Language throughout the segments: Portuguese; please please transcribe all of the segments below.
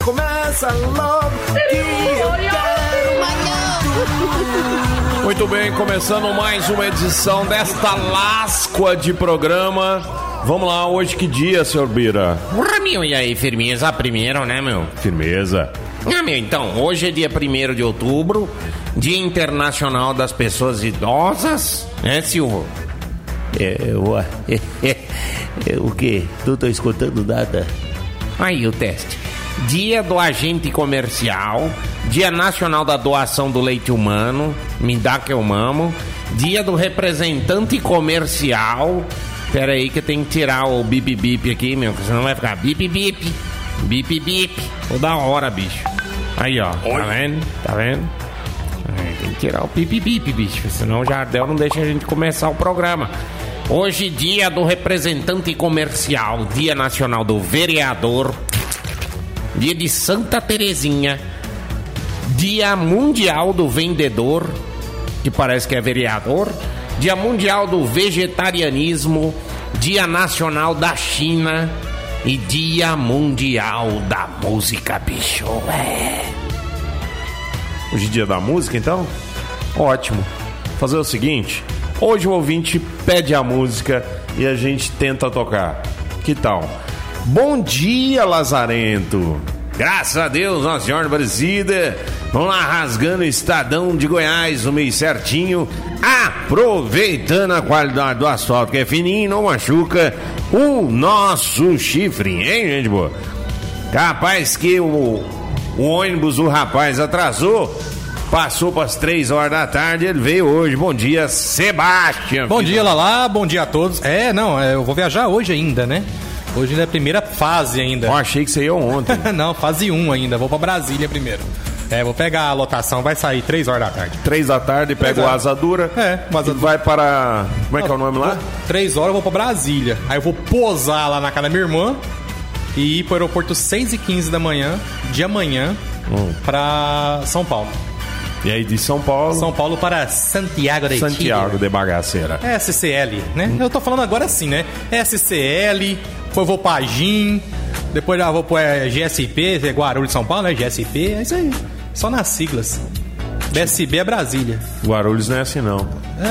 começa logo que eu quero muito bem, começando mais uma edição desta láscua de programa. Vamos lá, hoje que dia, senhor Bira? Meu, e aí, firmeza primeiro, né, meu? Firmeza. Meu, então, hoje é dia 1º de outubro, Dia Internacional das Pessoas Idosas, né, Silvio? O quê? Não tô escutando nada. Aí o teste. Dia do Agente Comercial, Dia Nacional da Doação do Leite Humano, me dá que eu mamo, Dia do Representante Comercial. Pera aí que eu tenho que tirar o bip-bip aqui, meu, porque senão vai ficar bip-bip, bip-bip. Toda hora, bicho. Aí, ó, tá vendo? Tá vendo? Tem que tirar o bip-bip, bicho, senão o Jardel não deixa a gente começar o programa. Hoje, Dia do Representante Comercial, Dia Nacional do Vereador, Dia de Santa Terezinha, Dia Mundial do Vendedor, que parece que é vereador, Dia Mundial do Vegetarianismo, Dia Nacional da China e Dia Mundial da Música, bicho. Hoje é dia da música, então? Ótimo. Fazer o seguinte, hoje o ouvinte pede a música e a gente tenta tocar. Que tal? Bom dia, Lazarento. Graças a Deus, Nossa Senhora Aparecida. Vamos lá, rasgando o Estadão de Goiás, no meio certinho, aproveitando a qualidade do asfalto, que é fininho e não machuca o nosso chifre, hein, gente boa? Capaz que o ônibus do rapaz atrasou, passou para as 3 horas da tarde, ele veio hoje. Bom dia, Sebastião. Bom dia, Lala, bom dia a todos. Eu vou viajar hoje ainda, né? Hoje ainda é a primeira fase ainda. Eu achei que você ia ontem. Não, fase 1 ainda, vou para Brasília primeiro. Vou pegar a lotação, vai sair 3 horas da tarde. 3 da tarde, pega o Asa Dura. O Asa Dura. Vai para... Como é que é o nome lá? 3 horas eu vou pra Brasília. Aí eu vou posar lá na casa da minha irmã e ir pro aeroporto 6h15 da manhã, de amanhã, pra São Paulo. E aí de São Paulo... São Paulo para Santiago de Chile. Santiago de Bagaceira. SCL, né? Eu tô falando agora assim, né? SCL, depois eu vou pra GIM, depois já vou pro GSP, Guarulhos de São Paulo, né? GSP, é isso aí. Só nas siglas. BSB é Brasília. Guarulhos não é assim, não.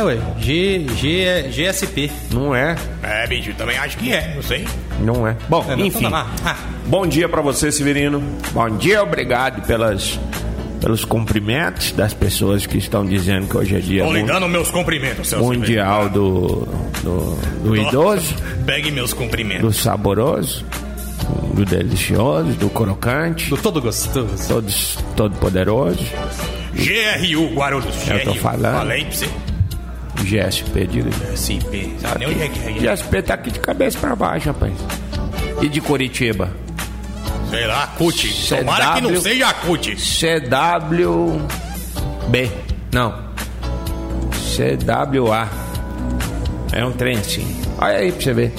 GSP. Não é? Bicho, também acho que é, não sei. Não é. Bom, enfim. Bom dia pra você, Severino. Bom dia, obrigado pelos cumprimentos das pessoas que estão dizendo que hoje é dia... Estou lhe dando meus cumprimentos, seu Mundial do idoso. Pegue meus cumprimentos. Do saboroso, do delicioso, do crocante. Do todo gostoso. Todo poderoso. GRU, Guarulhos. Eu tô falando. Falei pra você. GSP, diga. GSP. Sabe nem onde é que é? GSP tá aqui de cabeça pra baixo, rapaz. E de Curitiba? Sei lá, CUT. Tomara que não seja CUT. CWB. Não. CWA. É um trem assim. Olha aí pra você ver.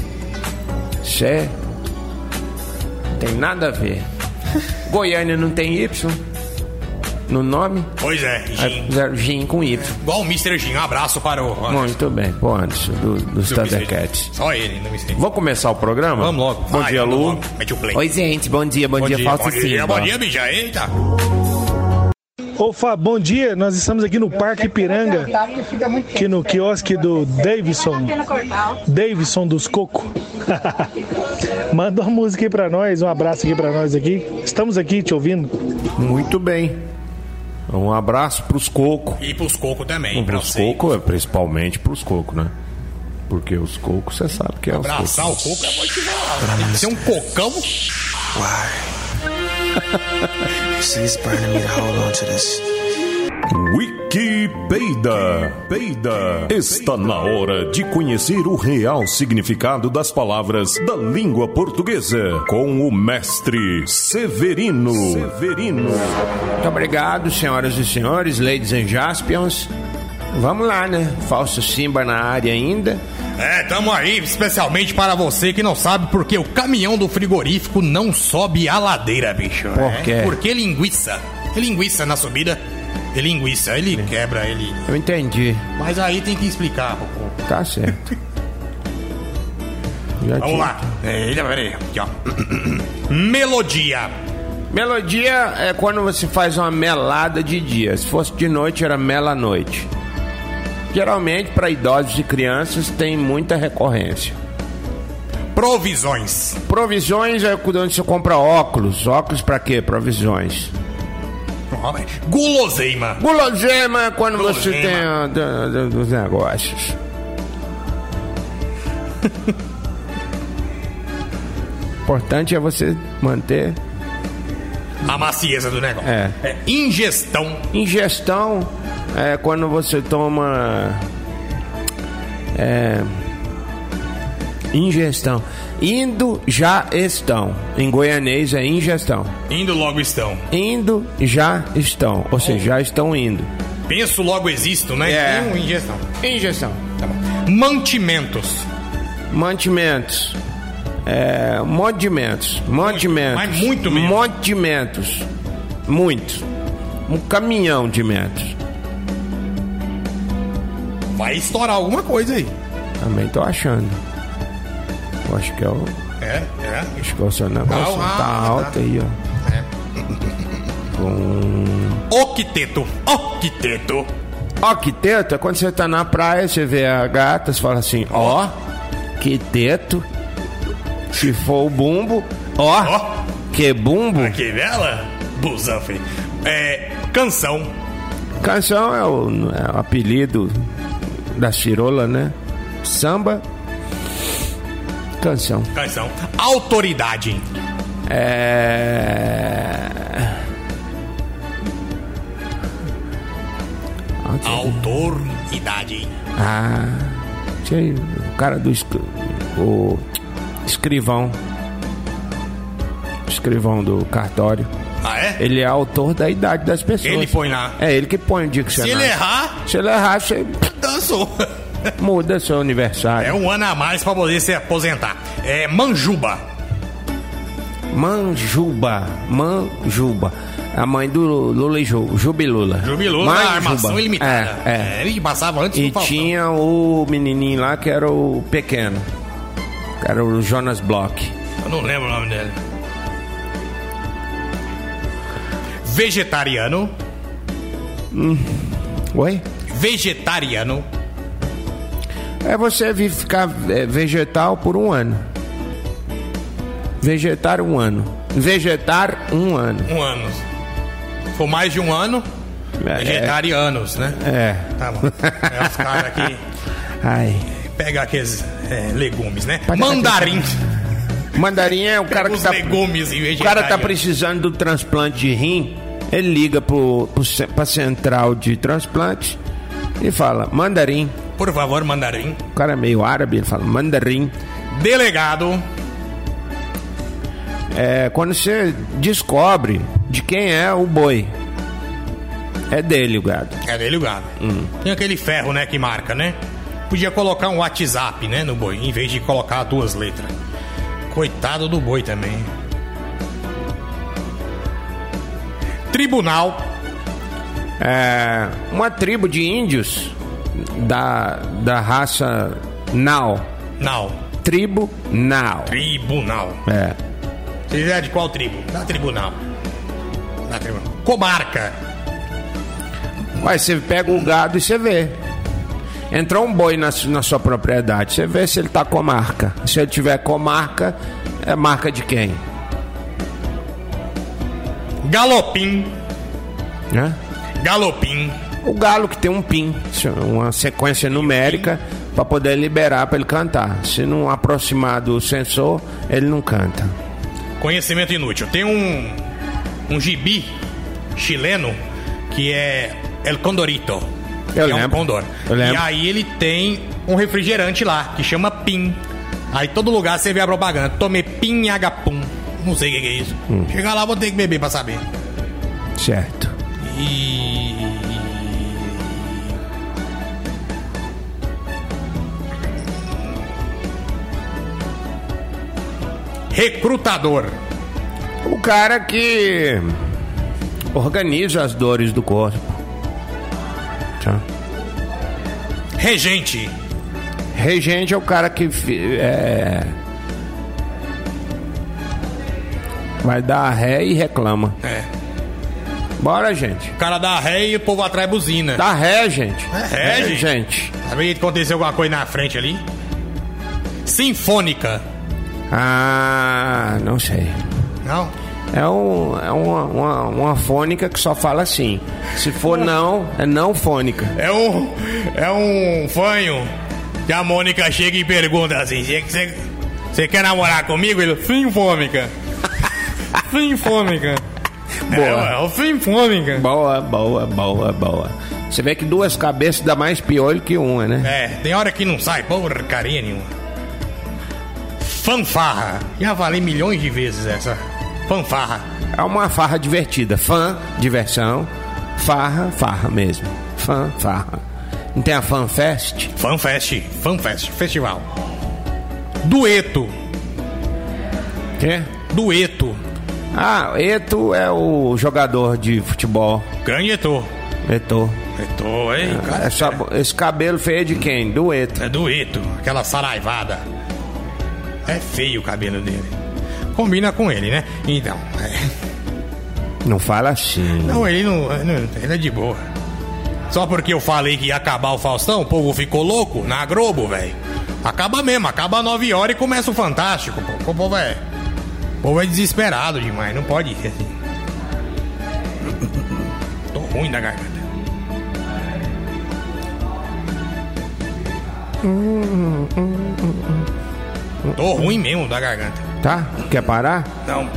Tem nada a ver. Goiânia não tem Y no nome? Pois é, Gin. Gin com Y. Igual o Mr. Gin. Um abraço para o Anderson. Muito bem. O Anderson, do Thundercats. Só ele, não me sei. Vamos começar o programa? Vamos logo. Bom dia, Lu. Mete o play. Oi, gente. Bom dia. Falta sim. Bom dia, bicha. Eita. Ô, Fábio, bom dia. Nós estamos aqui no Parque Ipiranga, aqui no quiosque do Davidson dos Coco. Manda uma música aí pra nós, um abraço aqui pra nós aqui. Estamos aqui te ouvindo. Muito bem. Um abraço pros Coco. E pros Coco também. Pros Coco, principalmente pros Coco, né? Porque os cocos, você sabe que é os cocos. Abraçar o coco é muito bom. Tem que ser um cocão. She's burning me to hold on to this. Wikipedia. Está na hora de conhecer o real significado das palavras da língua portuguesa com o mestre Severino. Muito obrigado, senhoras e senhores, ladies and jaspions. Vamos lá, né? Falso Simba na área ainda. Tamo aí, especialmente para você que não sabe porque o caminhão do frigorífico não sobe a ladeira, bicho. Por quê? Porque linguiça na subida. Linguiça, ele quebra, ele... Eu entendi. Mas aí tem que explicar, Pocô. Tá certo. Vamos lá. Peraí, aqui, ó. Melodia. Melodia é quando você faz uma melada de dia. Se fosse de noite, era mela à noite. Geralmente, para idosos e crianças, tem muita recorrência. Provisões. Provisões é quando você compra óculos. Óculos pra quê? Provisões. Guloseima. Guloseima é quando você tem dos negócios. Importante é você manter a macieza do negócio. É. Ingestão. Ingestão é quando você toma ingestão. Indo, já estão. Em goianês é ingestão. Indo, logo estão. Indo, já estão. Ou seja, já estão indo. Penso, logo existo, né? É. Tem ingestão. Ingestão. Tá bom. Mantimentos. Mantimentos. Mantimentos. Mas muito mesmo. Mantimentos. Muito. Um caminhão de metros. Vai estourar alguma coisa aí. Também tô achando. Eu acho que é o... Acho que é o seu negócio. Tá alto aí, ó. Octeto. Octeto. Octeto é quando você tá na praia, você vê a gata, você fala assim, ó, que teto. Se for o bumbo, ó, que bumbo. Que bela. Busão, filho. Canção. Canção é o apelido da cirola, né? Samba. Canção. Autoridade. Autoridade. Sei, o cara do o escrivão. Escrivão do cartório. Ele é autor da idade das pessoas. Ele põe lá. É ele que põe o dia que você nasce. Se ele errar, você dançou. Muda seu aniversário. É um ano a mais pra poder se aposentar. Manjuba. Manjuba. A mãe do Lula e Jubilula. Jubilula, a armação ilimitada. Ele passava antes do Faustão. E tinha o menininho lá que era o pequeno. Que era o Jonas Bloch. Eu não lembro o nome dele. Vegetariano. Oi? Vegetariano. É você ficar vegetal por um ano. Vegetar um ano. Vegetar um ano. Um ano. Se for mais de um ano, vegetarianos, né? Tá bom. Os caras aqui. Pega aqueles legumes, né? Mandarim. Mandarim é o cara que tá. Legumes e o cara tá precisando do transplante de rim. Ele liga pra central de transplante e fala: mandarim. Por favor, mandarim. O cara é meio árabe, ele fala mandarim. Delegado. Quando você descobre de quem é o boi. É dele o gado. Tem aquele ferro, né, que marca, né? Podia colocar um WhatsApp, né, no boi, em vez de colocar 2 letras. Coitado do boi também. Tribunal. Uma tribo de índios da raça Nau. Tribunal. Você é de qual tribo? Da tribunal. Comarca. Você pega o gado e você vê. Entrou um boi na sua propriedade, você vê se ele tá com marca. Se ele tiver com marca, é marca de quem? Galopim. Galopim. O galo que tem um pin, uma sequência numérica para poder liberar para ele cantar. Se não aproximar do sensor, ele não canta. Conhecimento inútil. Tem um gibi chileno que é El Condorito. Eu lembro. É um condor. E aí ele tem um refrigerante lá que chama Pin. Aí todo lugar você vê a propaganda. Tome Pinhagapum. Não sei o que é isso. Chegar lá, vou ter que beber pra saber. Certo. Recrutador. O cara que organiza as dores do corpo. Regente. Regente é o cara que Vai dar ré e reclama. É. Bora, gente. O cara dá ré e o povo atrás buzina. Dá ré, gente. É ré, gente. Sabe que aconteceu alguma coisa na frente ali? Sinfônica. Ah, não sei. Não? É uma fônica que só fala assim. Se for não, é não fônica. É um fanho que a Mônica chega e pergunta assim: você quer namorar comigo? Ele, sinfônica. Sinfônica. Boa. É o sinfônica. Boa. Você vê que duas cabeças dá mais piolho que uma, né? É, tem hora que não sai porcaria nenhuma. Fanfarra. Já falei milhões de vezes essa. Fanfarra. É uma farra divertida. Fã, diversão. Farra mesmo. Farra. Não tem a FanFest? FanFest, festival. Dueto. Quê? Dueto. Ah, Eto é o jogador de futebol. Grande Eto. Eto, hein? esse cabelo feio é de quem? Do Eto. É do Eto, aquela saraivada. É feio o cabelo dele. Combina com ele, né? Então. Não fala assim. Não, ele é de boa. Só porque eu falei que ia acabar o Faustão, o povo ficou louco na Globo, velho. Acaba mesmo, acaba 9 horas e começa o Fantástico, pô. O povo é desesperado demais, não pode ir assim. Tô ruim da garganta. Tô ruim mesmo da garganta. Tá? Quer parar? Não.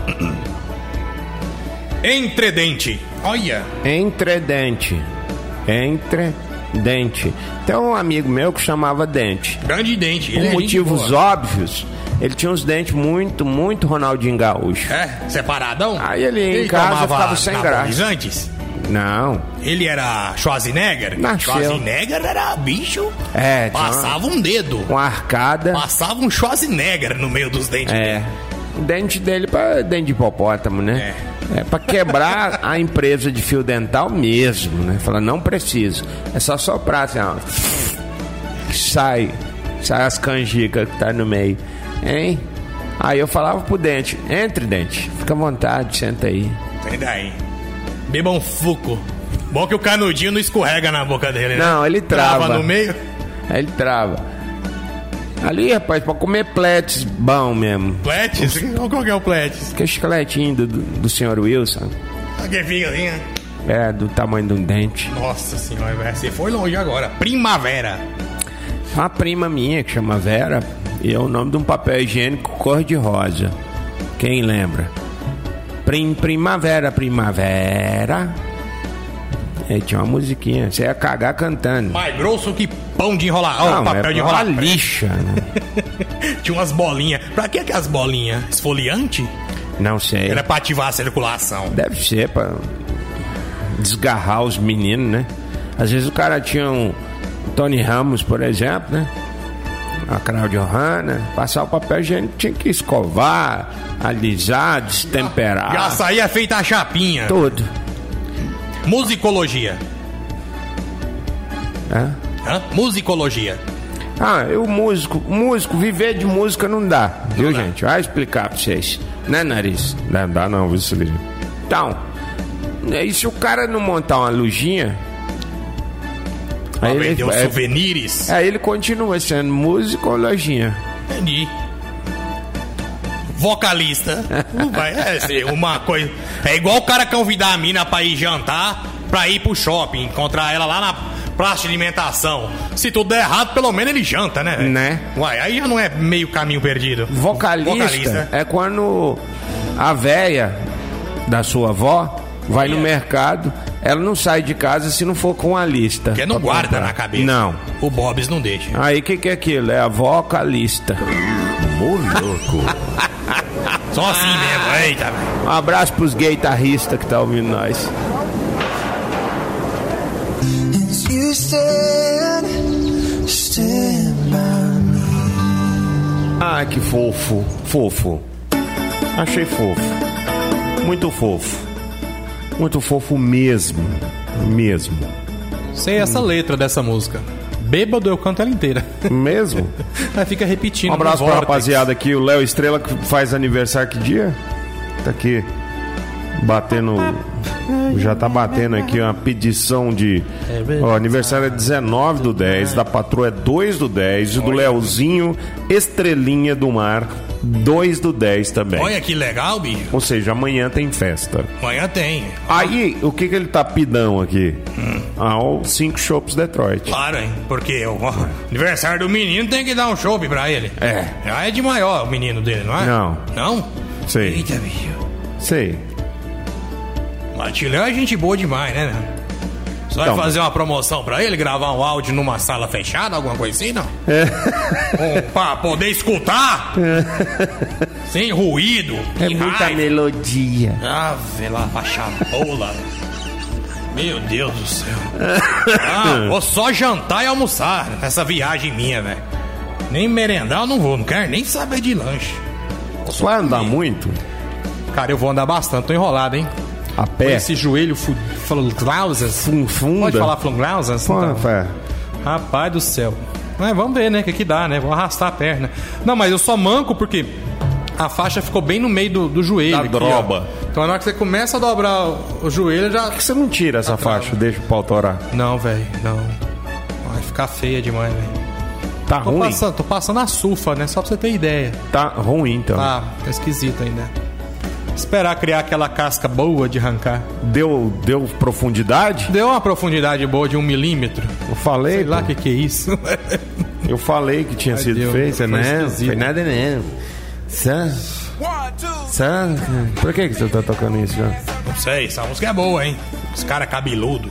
Entredente. Olha. Entredente. Tem um amigo meu que chamava Dente. Grande Dente. Por motivos óbvios, ele tinha uns dentes muito Ronaldinho Gaúcho. É? Separadão? Aí ele em casa ficava sem graça. Antes? Não. Ele era Schwarzenegger? Nasceu. Schwarzenegger era bicho. É. Passava um dedo. Uma arcada. Passava um Schwarzenegger no meio dos dentes dele. O dente dele para dente de hipopótamo, né? É pra quebrar a empresa de fio dental mesmo, né? Fala, não preciso. É só soprar assim, ó. Sai as canjicas que tá no meio. Hein? Aí eu falava pro dente, entre, dente. Fica à vontade, senta aí. Senta aí. Beba um fuco. Bom que o canudinho não escorrega na boca dele, né? Não, ele trava. Trava no meio? Aí ele trava. Ali, rapaz, pra comer pletes bom mesmo. Pletes? Qual que é o pletes? Que é o chicletinho do senhor Wilson. Que fica assim, né? É, do tamanho de um dente. Nossa senhora, você foi longe agora. Primavera. Uma prima minha que chama Vera, e é o nome de um papel higiênico cor-de-rosa. Quem lembra? Primavera. Aí tinha uma musiquinha, você ia cagar cantando. Mais grosso que pão de enrolar. Papel de enrolar. Uma lixa, né? Tinha umas bolinhas. Pra que as bolinhas? Esfoliante? Não sei. Era pra ativar a circulação. Deve ser pra desgarrar os meninos, né? Às vezes o cara tinha um Tony Ramos, por exemplo, né? A Cláudia Hanna, passar o papel higiênico, tinha que escovar, alisar, destemperar. Já saía feita a chapinha. Tudo. Musicologia. Hã? Musicologia. Eu músico, viver de música não dá, viu, gente? Vai explicar pra vocês. Né, nariz? Não dá não, viu, Celino? Então, e se o cara não montar uma lujinha... Aí vender os souvenirs. Aí ele continua sendo músico ou lojinha. Entendi. Vocalista. Não vai ser uma coisa. É igual o cara convidar a mina pra ir jantar, pra ir pro shopping, encontrar ela lá na praça de alimentação. Se tudo der errado, pelo menos ele janta, né? Né? Uai, aí já não é meio caminho perdido. Vocalista é quando a véia da sua avó vai no mercado, ela não sai de casa se não for com a lista. Porque não guarda comprar na cabeça. Não. O Bob's não deixa. Aí o que é aquilo? É a vocalista. Louco. Só assim mesmo, eita, velho. Um abraço pros guitarristas que tá ouvindo nós. Ah, que fofo. Fofo. Achei fofo. Muito fofo. Muito fofo mesmo. Sei essa letra dessa música. Bêbado eu canto ela inteira. Mesmo? Aí fica repetindo. Um abraço pra rapaziada aqui, o Léo Estrela, que faz aniversário que dia? Tá aqui. Batendo. Já tá batendo aqui uma pedição de. Ó, aniversário é 19/10, da patroa é 2/10 e do Leozinho Estrelinha do Mar 2/10 também. Olha que legal, bicho. Ou seja, amanhã tem festa. Amanhã tem. Aí, o que ele tá pidão aqui? Os 5 chopps Detroit. Claro, hein? Porque o aniversário do menino tem que dar um chopp pra ele. É. Já é de maior o menino dele, não é? Não. Não? Sei. Eita, bicho. Sei. Matilhão é gente boa demais, né? Você vai fazer uma promoção pra ele, gravar um áudio numa sala fechada, alguma coisa assim, não? Pra poder escutar? Sem ruído. É muita melodia. Ah, vê lá, baixa a bola. Meu Deus do céu. Vou só jantar e almoçar nessa viagem minha, velho. Nem merendar eu não vou, não quero nem saber de lanche. Você vai andar muito? Cara, eu vou andar bastante, tô enrolado, hein? A Com pé? esse joelho flanglausas. Funda? Pode falar flanglausas? Então. É. Rapaz do céu. Mas vamos ver, né? O que dá, né? Vou arrastar a perna. Não, mas eu só manco porque a faixa ficou bem no meio do joelho. Da aqui, droba. ó. Então na hora que você começa a dobrar o joelho, já... Por que você não tira essa faixa? Deixa o pau torar. Não, velho, não. Vai ficar feia demais, velho. Tá ruim? Tô passando a sulfa, né? Só pra você ter ideia. Tá ruim, então. Tá esquisito ainda. Esperar criar aquela casca boa de arrancar. Deu profundidade? Deu uma profundidade boa de 1 milímetro. Eu falei. Sei lá o que é isso. Eu falei que tinha sido Deus, feito, foi né? esquisito. Foi nada, né? Por que você tá tocando isso já? Não sei, essa música é boa, hein? Os caras cabeludo.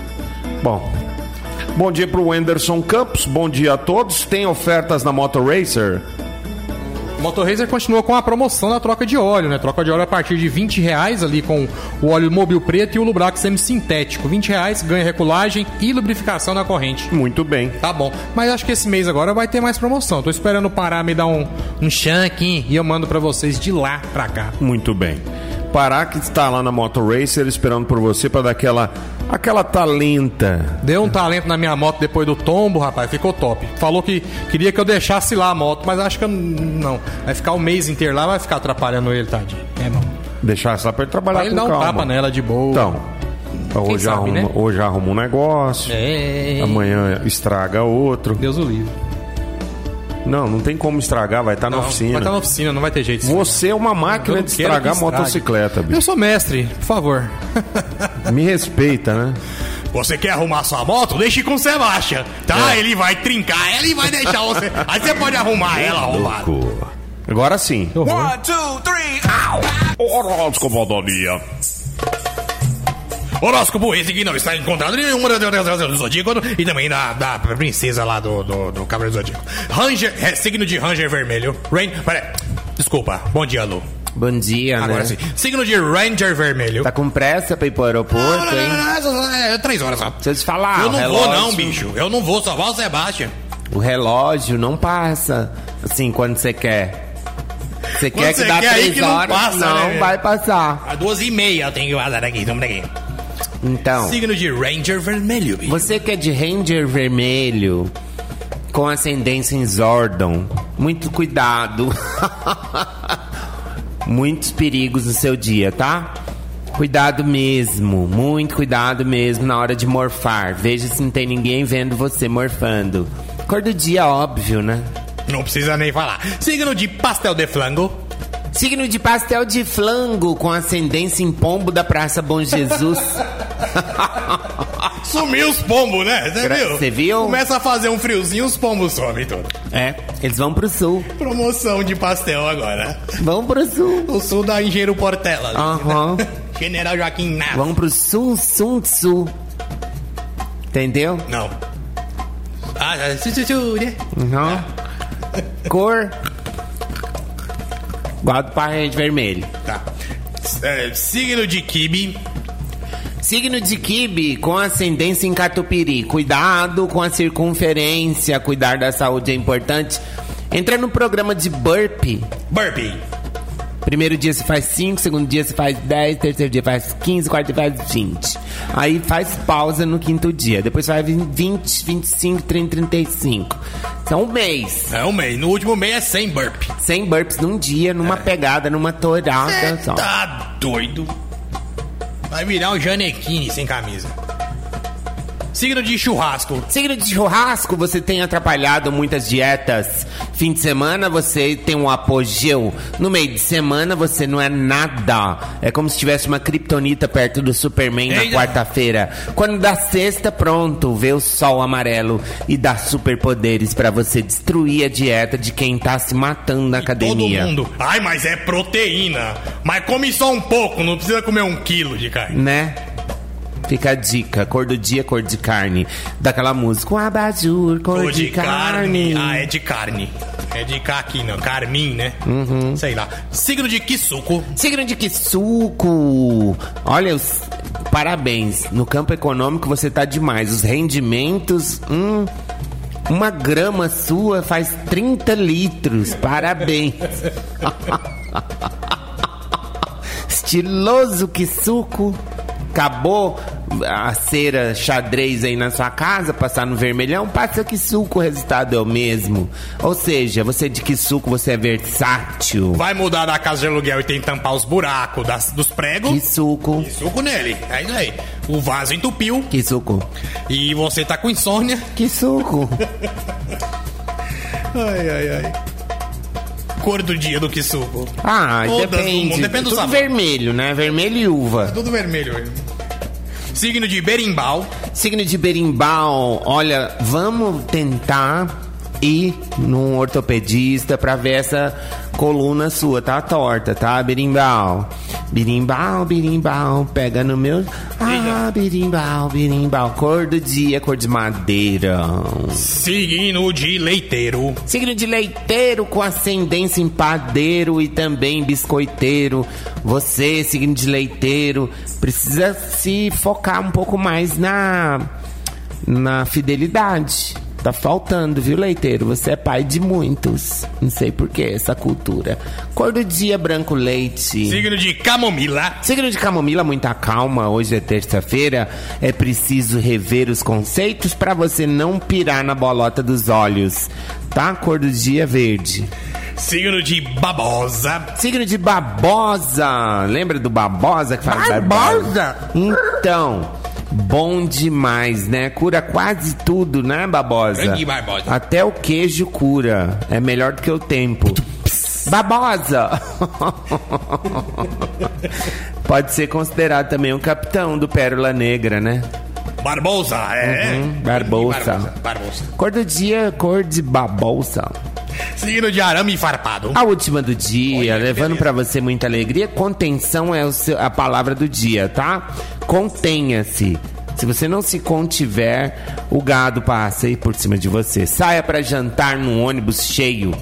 Bom dia pro Wenderson Campos. Bom dia a todos. Tem ofertas na Motor Racer? Motor Racer continua com a promoção da troca de óleo, né? Troca de óleo a partir de R$20 ali com o óleo Mobil Preto e o Lubrax semi-sintético. R$20 ganha regulagem e lubrificação na corrente. Muito bem. Tá bom. Mas acho que esse mês agora vai ter mais promoção. Tô esperando parar, me dar um chão aqui e eu mando pra vocês de lá pra cá. Muito bem. Pará que está lá na Motor Racer esperando por você para dar aquela talenta. Deu um talento na minha moto depois do tombo, rapaz, ficou top. Falou que queria que eu deixasse lá a moto, mas acho que não. Vai ficar o mês inteiro lá, vai ficar atrapalhando ele, tadinho. É, não. Deixar só para ele trabalhar Pra ele com dar um calma. tapa nela de boa. Então, Quem sabe, né? hoje arruma um negócio, amanhã estraga outro. Deus o livre. Não tem como estragar, vai estar na oficina. Vai estar na oficina, não vai ter jeito. Você é uma máquina de estragar motocicleta, bicho. Eu sou mestre, por favor. Me respeita, né? Você quer arrumar sua moto? Deixe com o Sebastião, tá? Ele vai trincar ela e vai deixar você. Aí você pode arrumar ela, arrumado. Agora sim. 1, 2, 3, Horóscopo do dia. Horóscopo esse que não está encontrado em nenhuma do Zodíaco e também da princesa lá do Cavaleiro do Zodíaco. Ranger, signo de Ranger Vermelho. Desculpa, bom dia, Lu. Bom dia, Agora né? sim. Signo de Ranger Vermelho. Tá com pressa pra ir pro aeroporto, hein? É 3 horas só. Deixa eu te falar, Eu não o vou relógio, não, bicho. Eu não vou, só vai o Sebastião. O relógio não passa assim quando você quer. Você quer que você dá quer aí 3 que não horas, passa, não né, vai passar. Às 2h30 eu tenho que vazar daqui, estamos daqui. Então, Signo de Ranger Vermelho, bicho. você que é de Ranger Vermelho, com ascendência em Zordon, muito cuidado. Muitos perigos no seu dia, tá? Cuidado mesmo, muito cuidado mesmo na hora de morfar. Veja se não tem ninguém vendo você morfando. Cor do dia, óbvio, né? Não precisa nem falar. Signo de Pastel de Flango. Signo de pastel de flango, com ascendência em pombo da Praça Bom Jesus. Sumiu os pombos, né? Você viu? Começa a fazer um friozinho, os pombos somem tudo. É, eles vão pro sul. Promoção de pastel agora. Vão pro sul. O sul da Engenheiro Portela. Ali, Aham. né? General Joaquim Naves. Vão pro sul. Entendeu? Não. Né? Uhum. Cor. Guarda para rede vermelho. Tá. Signo de Kibe. Signo de Kibe com ascendência em Catupiry. Cuidado com a circunferência. Cuidar da saúde é importante. Entra no programa de Burpee. Burpee. Primeiro dia você faz 5, segundo dia você faz 10, terceiro dia faz 15, quarto dia faz 20. Aí faz pausa no quinto dia. Depois vai 20, 25, 30, 35. São um mês. É um mês. No último mês é 100 burpees. 100 burpees num dia, numa pegada, numa torada. Só. Tá doido. Vai virar um Janequine sem camisa. Signo de churrasco. Signo de churrasco, você tem atrapalhado muitas dietas. Fim de semana você tem um apogeu. No meio de semana você não é nada. É como se tivesse uma criptonita perto do Superman na quarta-feira. Quando dá sexta, pronto, vê o sol amarelo e dá superpoderes pra você destruir a dieta de quem tá se matando na academia. Todo mundo. Ai, mas é proteína. Mas come só um pouco, não precisa comer 1 quilo de carne. Né? Fica a dica, cor do dia, cor de carne. Daquela música, o abajur, cor de carne. Ah, é de carne. É de caqui, não. Carmim, né? Sei lá. Signo de Kisuko. Signo de Kisuko. Olha, parabéns. No campo econômico você tá demais. Os rendimentos... uma grama sua faz 30 litros. Parabéns. Estiloso Kisuko. Acabou a cera xadrez aí na sua casa, passar no vermelhão, passa Kisuko, o resultado é o mesmo. Ou seja, você de Kisuko, você é versátil. Vai mudar da casa de aluguel e tem que tampar os buracos dos pregos. Kisuko. Kisuko nele, é isso aí. O vaso entupiu. Kisuko. E você tá com insônia. Kisuko. Ai. Cor do dia do Kisuko. Ah, depende. Depende do tudo sabor. Vermelho, né? Vermelho e uva. Tudo vermelho. Signo de berimbau. Signo de berimbau. Olha, vamos tentar ir num ortopedista pra ver essa coluna sua, tá torta, tá? Berimbau. Berimbau, berimbau, pega no meu... Ah, berimbau, berimbau. Cor do dia, cor de madeira. Signo de leiteiro. Signo de leiteiro com ascendência em padeiro e também biscoiteiro. Você, signo de leiteiro, precisa se focar um pouco mais na fidelidade. Tá faltando, viu, leiteiro? Você é pai de muitos. Não sei por que essa cultura. Cor do dia, branco leite. Signo de camomila. Signo de camomila, muita calma. Hoje é terça-feira. É preciso rever os conceitos pra você não pirar na bolota dos olhos. Tá? Cor do dia, verde. Signo de babosa. Signo de babosa. Lembra do babosa que fala Barbosa? Então... bom demais, né? Cura quase tudo, né, babosa? Grande Barbosa. Até o queijo cura. É melhor do que o tempo. Babosa! Pode ser considerado também um capitão do Pérola Negra, né? Barbosa, é. Barbosa. Cor do dia, cor de babosa. Signo de arame farpado. A última do dia, levando pra você muita alegria. Contenção é a palavra do dia, tá? Contenha-se. Se você não se contiver, o gado passa aí por cima de você. Saia pra jantar num ônibus cheio.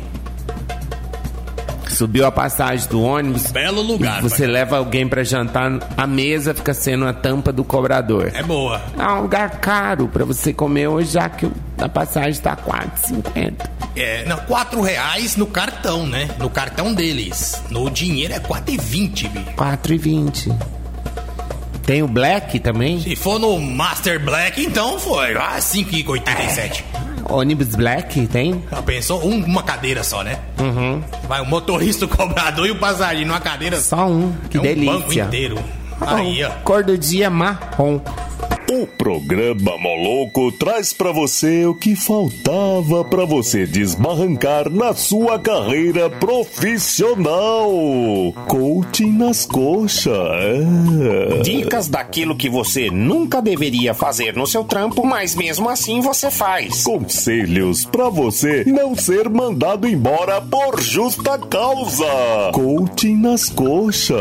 Subiu a passagem do ônibus. Belo lugar. Você leva alguém pra jantar, a mesa fica sendo a tampa do cobrador. É boa. É um lugar caro pra você comer hoje, já que a passagem tá R$4,50. É, não, R$4 no cartão, né? No cartão deles. No dinheiro é R$4,20, bicho. R$4,20. Tem o Black também? Se for no Master Black, então foi. Ah, R$5,87. Ônibus Black tem? Já pensou? Uma cadeira só, né? Vai o motorista, o cobrador e o passageiro numa cadeira só. Só um. Que é delícia. Um banco inteiro. Aí, ó. Cor do dia marrom. O programa Moloco traz pra você o que faltava pra você desbarrancar na sua carreira profissional. Coaching nas coxas. Dicas daquilo que você nunca deveria fazer no seu trampo, mas mesmo assim você faz. Conselhos pra você não ser mandado embora por justa causa. Coaching nas coxas.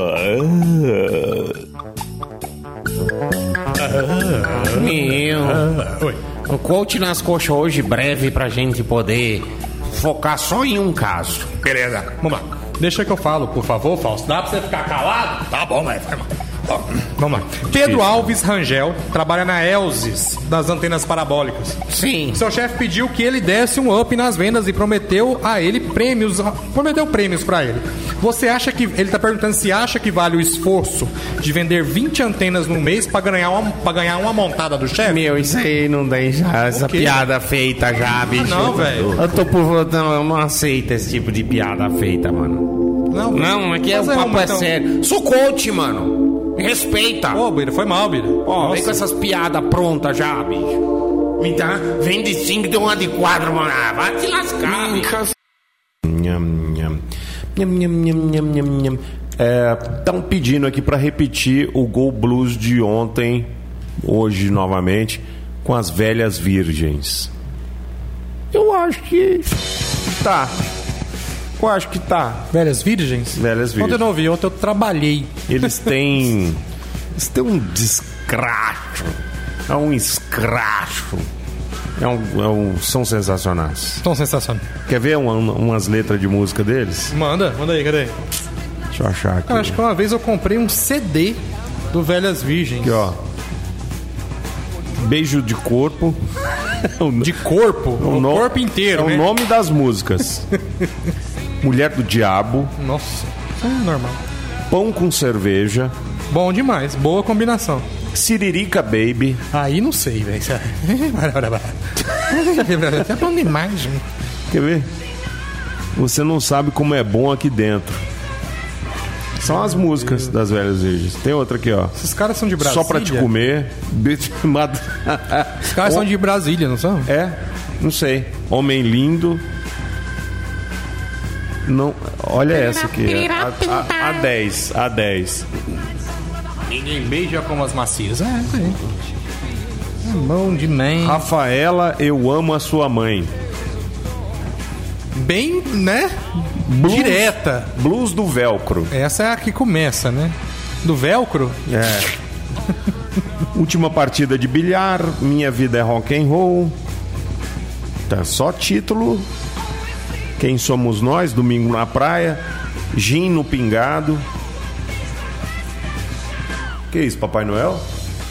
O coach nas coxas hoje, breve, pra gente poder focar só em um caso. Beleza, vamos lá. Deixa que eu falo, por favor, Fausto. Dá pra você ficar calado? Tá bom, mas... Vamos lá. Pedro Alves Rangel trabalha na Elzes, das antenas parabólicas. Sim. Seu chefe pediu que ele desse um up nas vendas e prometeu a ele prêmios. Prometeu prêmios pra ele. Você acha que... Ele tá perguntando se acha que vale o esforço de vender 20 antenas no mês pra ganhar uma montada do chefe? Meu, isso aí não tem já. Essa piada feita já, bicho. Não, velho. Eu não aceito esse tipo de piada feita, mano. Não, aqui o papo é sério. Sou coach, mano. Me respeita. Ô, Bira, foi mal, Bira. Ó, vem com essas piadas prontas já, bicho. Me dá, vem de 5 e deu uma de 4, mano. Ah, vai te lascar, bicho. Estão pedindo aqui para repetir o Gol Blues de ontem, hoje novamente, com as velhas virgens. Eu acho que tá. Velhas virgens? Velhas virgens. Ontem eu não ouvi, ontem eu trabalhei. Eles têm um descracho. É um escracho. São sensacionais. Tão sensacional. Quer ver umas letras de música deles? Manda aí, cadê? Deixa eu achar aqui. Eu acho que uma vez eu comprei um CD do Velhas Virgens. Aqui, ó. Beijo de corpo. De corpo? O corpo inteiro, né? É o nome das músicas. Mulher do Diabo. Nossa, isso é normal. Pão com cerveja. Bom demais, boa combinação. Siririca Baby. Aí não sei, velho. É bom demais, gente. Quer ver? Você não sabe como é bom aqui dentro. São as músicas das Velhas Virgens. Tem outra aqui, ó. Esses caras são de Brasília. Só pra te comer. Os caras são de Brasília, não são? É, não sei. Homem Lindo. Não, olha essa aqui. A 10. A 10. Ninguém beija como as macias. É bom demais. Rafaela, eu amo a sua mãe. Bem, né? Blues, direta. Blues do Velcro. Essa é a que começa, né? Do Velcro? É. Última partida de bilhar. Minha vida é rock and roll. Tá só título. Quem somos nós? Domingo na praia. Gin no pingado. Que isso, Papai Noel?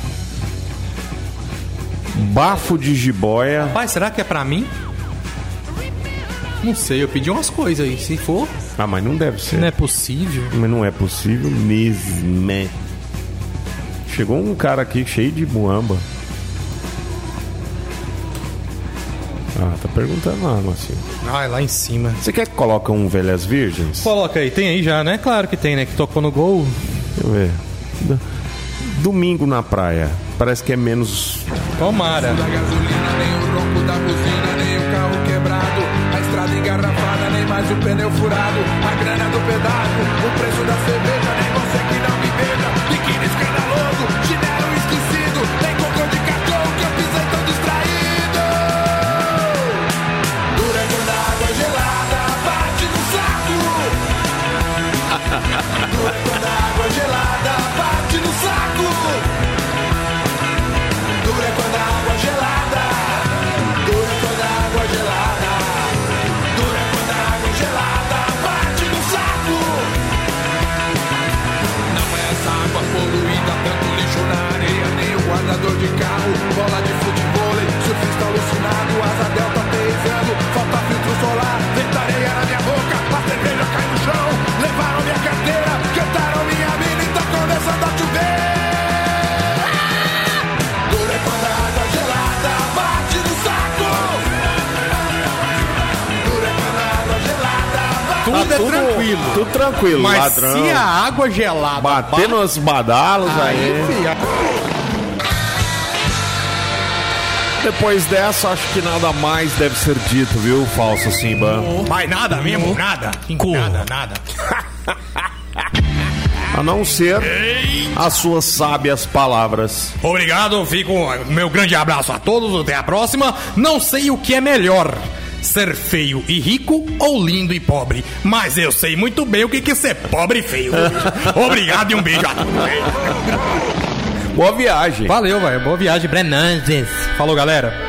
Bafo de jiboia. Rapaz, será que é pra mim? Não sei, eu pedi umas coisas aí. Se for... Ah, mas não deve ser. Não é possível. Mas não é possível mesmo. Chegou um cara aqui cheio de muamba. Ah, tá perguntando lá, Marcinho. Ah, é lá em cima. Você quer que coloque um Velhas Virgens? Coloca aí, tem aí já, né? Claro que tem, né? Que tocou no gol. Deixa eu ver. Domingo na praia. Parece que é menos... Tomara. Da gasolina, nem o ronco da buzina, nem o carro quebrado. A estrada engarrafada, nem mais o pneu furado. A grana do pedágio, o preço da cerveja. Nem você que não me beija. Biquíni escandaloso, chinelo esquecido. Nem cocô de cachorro que eu pisei tão distraído. Dura quando a água gelada bate no saco. Dura quando a água gelada bate no saco. Dura quando a água gelada. Dura quando a água gelada. Dura quando a água gelada bate no saco. Não é essa água poluída, tanto lixo na areia, nem o guardador de carro, bola de futebol, surfista alucinado, asa delta aterrissando, falta filtro solar, venta areia na minha boca, a cerveja cai no chão, levaram minha carteira, cantaram minha mina e tá começando a chover. Tudo é tranquilo. Tudo tranquilo, Mas ladrão. se a água gelada bater nos badalos aí. Depois dessa, acho que nada mais deve ser dito, viu, falso Simba? Mas nada mesmo, nada. Nada. A não ser as suas sábias palavras. Obrigado, fico meu grande abraço a todos, até a próxima. Não sei o que é melhor, ser feio e rico ou lindo e pobre, mas eu sei muito bem o que é ser pobre e feio. Obrigado e um beijo a todos. Boa viagem. Valeu, velho. Boa viagem, Brenandes. Falou, galera.